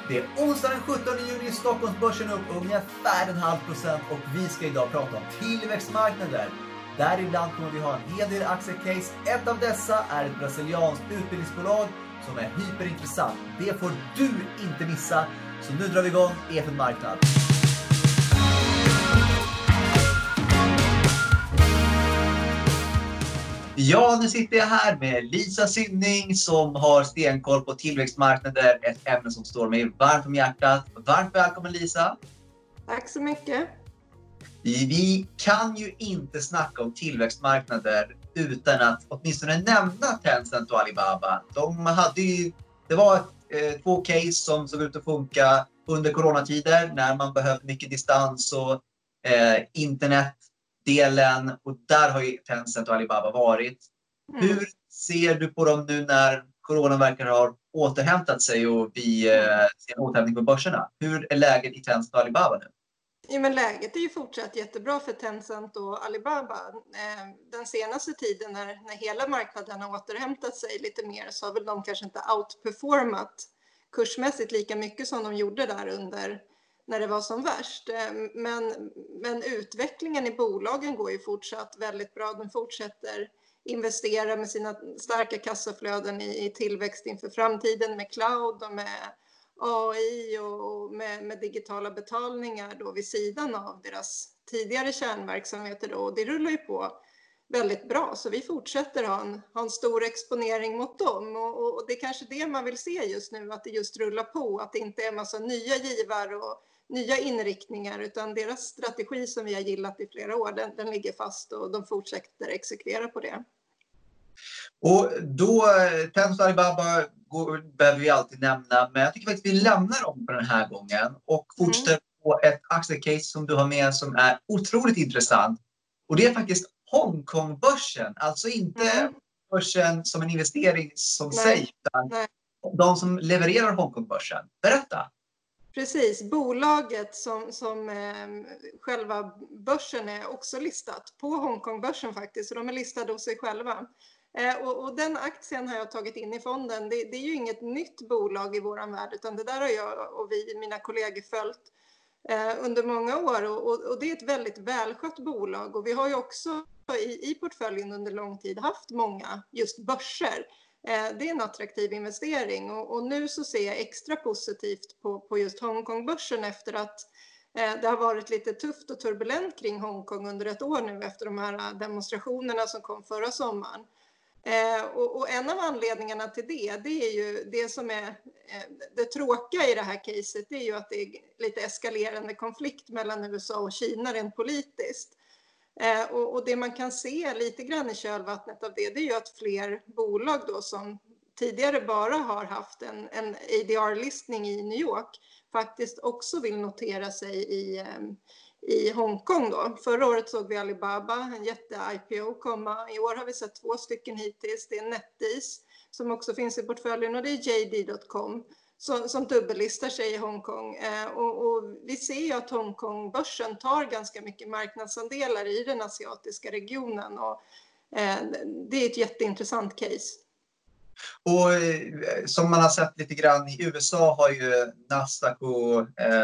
Det är onsdag den 17 juni, Stockholmsbörsen upp ungefär 0,5% och vi ska idag prata om tillväxtmarknader. Däribland kommer vi ha en hel del aktiecase. Ett av dessa är ett brasilianskt utbildningsbolag som är hyperintressant. Det får du inte missa. Så nu drar vi igång EFN Marknad. Ja, nu sitter jag här med Lisa Synning som har stenkoll på tillväxtmarknader, ett ämne som står mig varmt om hjärtat. Varmt välkommen Lisa! Tack så mycket! Vi kan ju inte snacka om tillväxtmarknader utan att åtminstone nämna Tencent och Alibaba. Det var två case som såg ut att funka under coronatider när man behövde mycket distans och internetdelen, och där har ju Tencent och Alibaba varit. Hur ser du på dem nu när corona verkar ha återhämtat sig och vi ser en återhämtning på börserna? Hur är läget i Tencent och Alibaba nu? Ja, men läget är ju fortsatt jättebra för Tencent och Alibaba. Den senaste tiden när hela marknaden har återhämtat sig lite mer så har väl de kanske inte outperformat kursmässigt lika mycket som de gjorde där under när det var som värst. Men utvecklingen i bolagen går ju fortsatt väldigt bra. De fortsätter investera med sina starka kassaflöden i tillväxt inför framtiden med cloud och med AI och med digitala betalningar då vid sidan av deras tidigare kärnverksamheter då. Och det rullar ju på väldigt bra, så vi fortsätter ha en stor exponering mot dem och det är kanske det man vill se just nu, att det just rullar på, att det inte är en massa nya givar och nya inriktningar, utan deras strategi som vi har gillat i flera år, den ligger fast och de fortsätter exekvera på det. Och då, Tencent och Alibaba behöver vi alltid nämna, men jag tycker faktiskt vi lämnar dem på den här gången och fortsätter på ett aktiecase som du har med som är otroligt intressant. Och det är faktiskt Hongkongbörsen, alltså inte börsen som en investering som sig, utan de som levererar Hongkongbörsen. Berätta! Precis, bolaget som själva börsen är också listat på Hongkongbörsen faktiskt, så de är listade hos sig själva. Och den aktien har jag tagit in i fonden. Det är ju inget nytt bolag i våran värld, utan det där har jag och mina kollegor följt under många år. Och det är ett väldigt välskött bolag. Och vi har ju också i portföljen under lång tid haft många just börser. Det är en attraktiv investering. Och nu så ser jag extra positivt på just Hongkongbörsen efter att det har varit lite tufft och turbulent kring Hongkong under ett år nu efter de här demonstrationerna som kom förra sommaren. Och en av anledningarna till det är ju det som är det tråkiga i det här caset, det är ju att det är lite eskalerande konflikt mellan USA och Kina rent politiskt. Och det man kan se lite grann i kölvattnet av det är ju att fler bolag då som tidigare bara har haft en ADR-listning i New York faktiskt också vill notera sig i Hongkong då. Förra året såg vi Alibaba, en jätte-IPO komma. I år har vi sett 2 stycken hittills. Det är NetEase som också finns i portföljen och det är JD.com som dubbellistar sig i Hongkong. Och vi ser ju att Hongkongbörsen tar ganska mycket marknadsandelar i den asiatiska regionen. Och det är ett jätteintressant case. Och som man har sett lite grann i USA har ju Nasdaq och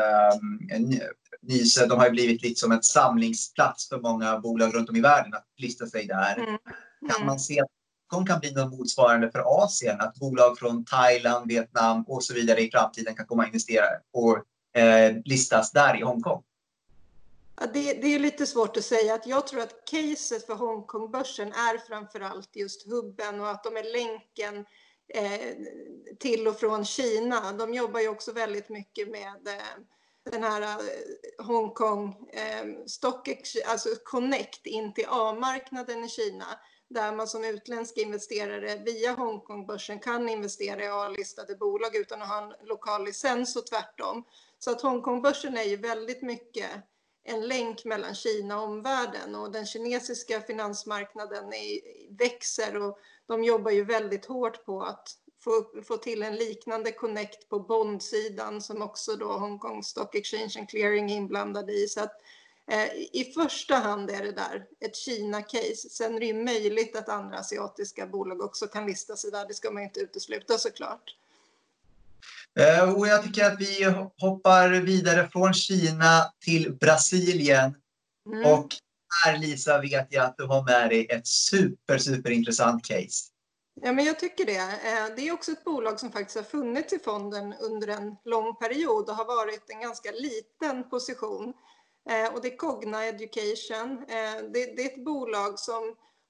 Nyse, de har ju blivit lite som en samlingsplats för många bolag runt om i världen att lista sig där. Kan man se att de kan bli något motsvarande för Asien, att bolag från Thailand, Vietnam och så vidare i framtiden kan komma och investera och listas där i Hongkong? Ja, det är lite svårt att säga. Att jag tror att caset för Hongkongbörsen är framförallt just hubben och att de är länken till och från Kina. De jobbar ju också väldigt mycket med den här Hongkong Stock Exchange, alltså Connect in till A-marknaden i Kina. Där man som utländsk investerare via Hongkongbörsen kan investera i A-listade bolag utan att ha en lokal licens och tvärtom. Så att Hongkongbörsen är ju väldigt mycket en länk mellan Kina och omvärlden, och den kinesiska finansmarknaden växer och de jobbar ju väldigt hårt på att få till en liknande connect på bondsidan som också då Hong Kong Stock Exchange and Clearing är inblandade i. Så att i första hand är det där ett Kina-case. Sen är det ju möjligt att andra asiatiska bolag också kan lista sig där. Det ska man inte utesluta såklart. Och jag tycker att vi hoppar vidare från Kina till Brasilien. Och här, Lisa, vet jag att du har med dig ett superintressant case. Ja, men jag tycker det. Det är också ett bolag som faktiskt har funnits i fonden under en lång period och har varit en ganska liten position. Och det är Cogna Education. Det är ett bolag som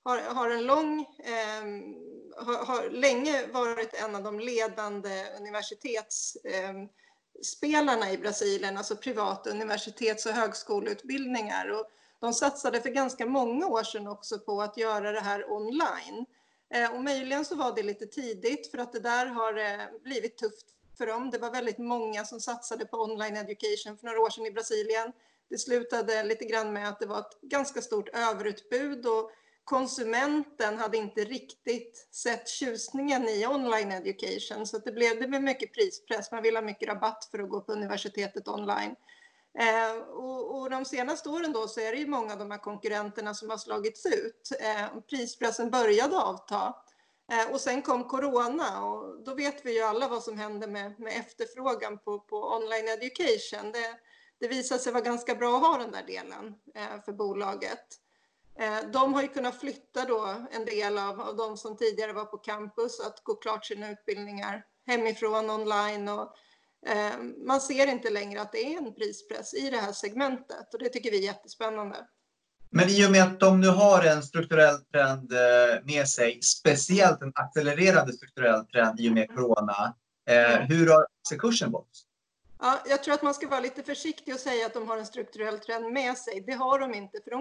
har länge varit en av de ledande universitetsspelarna i Brasilien, alltså privata universitets- och högskoleutbildningar. Och de satsade för ganska många år sedan också på att göra det här online. Och möjligen så var det lite tidigt för att det där har blivit tufft för dem. Det var väldigt många som satsade på online education för några år sedan i Brasilien. Det slutade lite grann med att det var ett ganska stort överutbud och konsumenten hade inte riktigt sett tjusningen i online education. Så det blev mycket prispress. Man ville ha mycket rabatt för att gå på universitetet online. Och de senaste åren då så är det ju många av de här konkurrenterna som har slagits ut. Prispressen började avta. Och sen kom corona och då vet vi ju alla vad som hände med efterfrågan på online education. Det visade sig vara ganska bra att ha den där delen för bolaget. De har ju kunnat flytta då en del av de som tidigare var på campus att gå klart sina utbildningar hemifrån online och man ser inte längre att det är en prispress i det här segmentet och det tycker vi är jättespännande. Men i och med att de nu har en strukturell trend med sig, speciellt en accelererande strukturell trend i och med corona, hur har aktiekursen gått? Ja, jag tror att man ska vara lite försiktig och säga att de har en strukturell trend med sig. Det har de inte, för de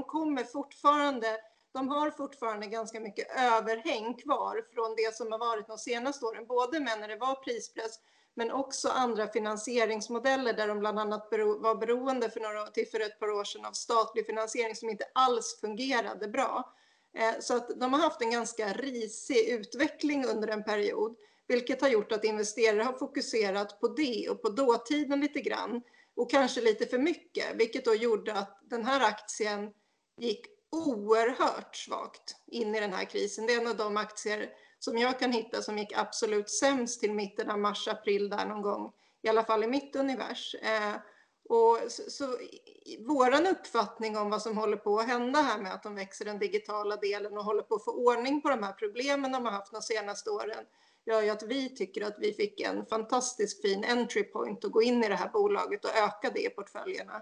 har fortfarande ganska mycket överhäng kvar från det som har varit de senaste åren, både med när det var prispress men också andra finansieringsmodeller där de bland annat var beroende för ett par år sedan av statlig finansiering som inte alls fungerade bra. Så att de har haft en ganska risig utveckling under en period, vilket har gjort att investerare har fokuserat på det och på dåtiden lite grann och kanske lite för mycket, vilket då gjorde att den här aktien gick oerhört svagt in i den här krisen. Det är en av de aktier som jag kan hitta som gick absolut sämst till mitten av mars-april där någon gång, i alla fall i mitt univers. Och så våran uppfattning om vad som håller på att hända här med att de växer den digitala delen och håller på att få ordning på de här problemen de har haft de senaste åren gör ju att vi tycker att vi fick en fantastiskt fin entry point att gå in i det här bolaget och öka det i portföljerna.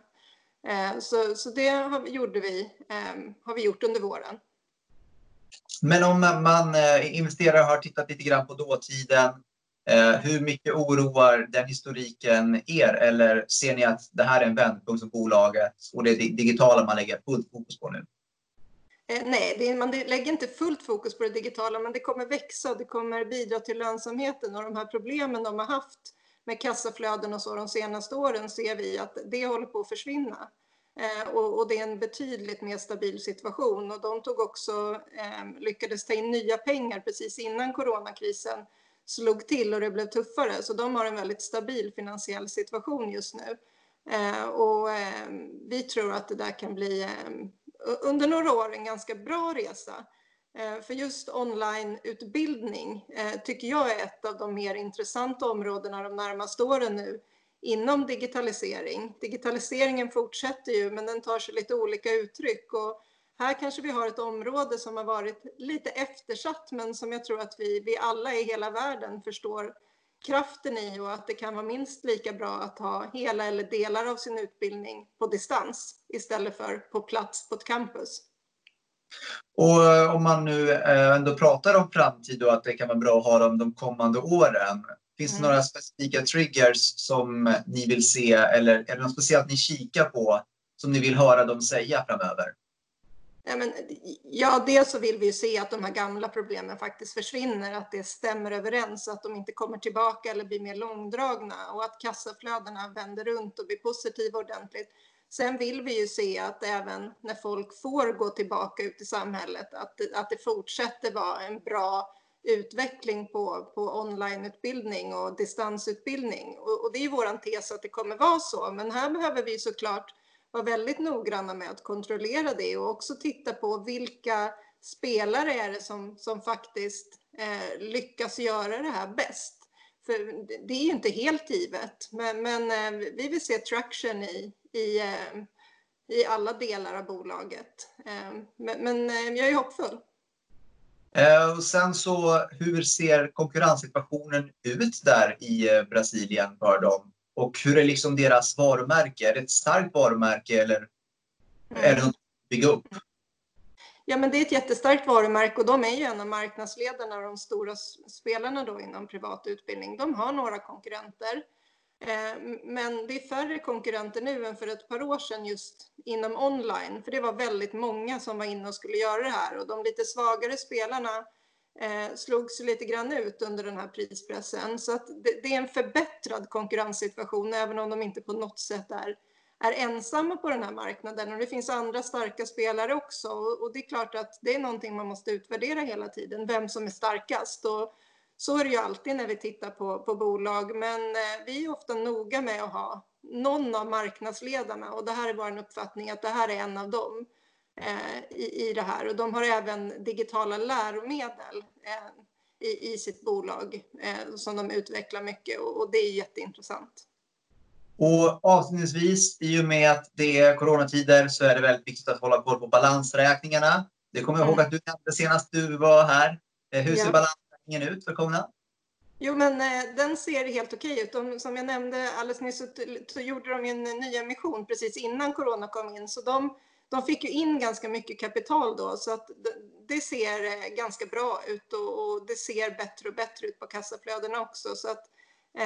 Så det har vi gjort under våren. Men om man investerare har tittat lite grann på dåtiden, hur mycket oroar den historiken er? Eller ser ni att det här är en vändpunkt som bolaget och det digitala man lägger fullt fokus på nu? Nej, man lägger inte fullt fokus på det digitala, men det kommer växa och det kommer bidra till lönsamheten och de här problemen de har haft med kassaflöden och så de senaste åren ser vi att det håller på att försvinna. Och det är en betydligt mer stabil situation och de lyckades ta in nya pengar precis innan coronakrisen slog till och det blev tuffare. Så de har en väldigt stabil finansiell situation just nu. Och vi tror att det där kan bli under några år en ganska bra resa. För just onlineutbildning tycker jag är ett av de mer intressanta områdena de närmaste åren nu inom digitalisering. Digitaliseringen fortsätter ju men den tar sig lite olika uttryck och här kanske vi har ett område som har varit lite eftersatt men som jag tror att vi alla i hela världen förstår kraften i och att det kan vara minst lika bra att ha hela eller delar av sin utbildning på distans istället för på plats på ett campus. Och om man nu ändå pratar om framtid och att det kan vara bra att ha dem de kommande åren. Finns det några specifika triggers som ni vill se eller är det något speciellt ni kikar på som ni vill höra dem säga framöver? Ja, dels så vill vi ju se att de här gamla problemen faktiskt försvinner, att det stämmer överens, att de inte kommer tillbaka eller blir mer långdragna och att kassaflödena vänder runt och blir positiva ordentligt. Sen vill vi ju se att även när folk får gå tillbaka ut i samhället, att det fortsätter vara en bra utveckling på onlineutbildning och distansutbildning. Och det är ju våran tes att det kommer vara så, men här behöver vi såklart vara väldigt noggranna med att kontrollera det och också titta på vilka spelare är det som faktiskt lyckas göra det här bäst. för det är ju inte helt givet. Men vi vill se traction i alla delar av bolaget. Men jag är hoppfull. Och sen så, hur ser konkurrenssituationen ut där i Brasilien för dem? Och hur är liksom deras varumärke? Är det ett starkt varumärke eller är det något att bygga upp? Ja, men det är ett jättestarkt varumärke och de är ju en av marknadsledarna och de stora spelarna då inom privat utbildning. De har några konkurrenter, men det är färre konkurrenter nu än för ett par år sedan just inom online. För det var väldigt många som var inne och skulle göra det här och de lite svagare spelarna slogs lite grann ut under den här prispressen. Så att det är en förbättrad konkurrenssituation även om de inte på något sätt är ensamma på den här marknaden och det finns andra starka spelare också och det är klart att det är någonting man måste utvärdera hela tiden, vem som är starkast och så är det ju alltid när vi tittar på bolag, men vi är ofta noga med att ha någon av marknadsledarna och det här är vår uppfattning att det här är en av dem i det här och de har även digitala läromedel i sitt bolag som de utvecklar mycket och det är jätteintressant. Och avslutningsvis, i och med att det är coronatider så är det väldigt viktigt att hålla koll på balansräkningarna. Det kommer jag ihåg att du nämnde senast du var här. Hur ser balansräkningen ut för Kona? Jo, men den ser helt okej ut. Som jag nämnde alldeles nyss så gjorde de en ny emission precis innan corona kom in. Så de fick ju in ganska mycket kapital då. Så att det ser ganska bra ut och det ser bättre och bättre ut på kassaflödena också. Så att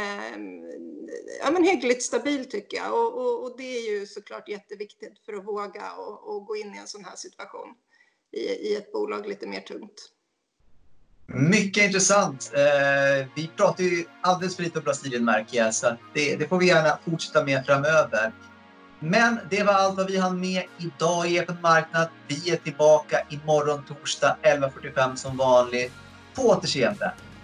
ja, men hyggligt stabil tycker jag och det är ju såklart jätteviktigt för att våga och gå in i en sån här situation i ett bolag lite mer tungt. Mycket intressant. Vi pratar ju alldeles för lite om Brasilien märker jag, så det får vi gärna fortsätta med framöver. Men det var allt vad vi hann med idag i Ekot Marknad. Vi är tillbaka imorgon torsdag 11:45 som vanligt. På återseende!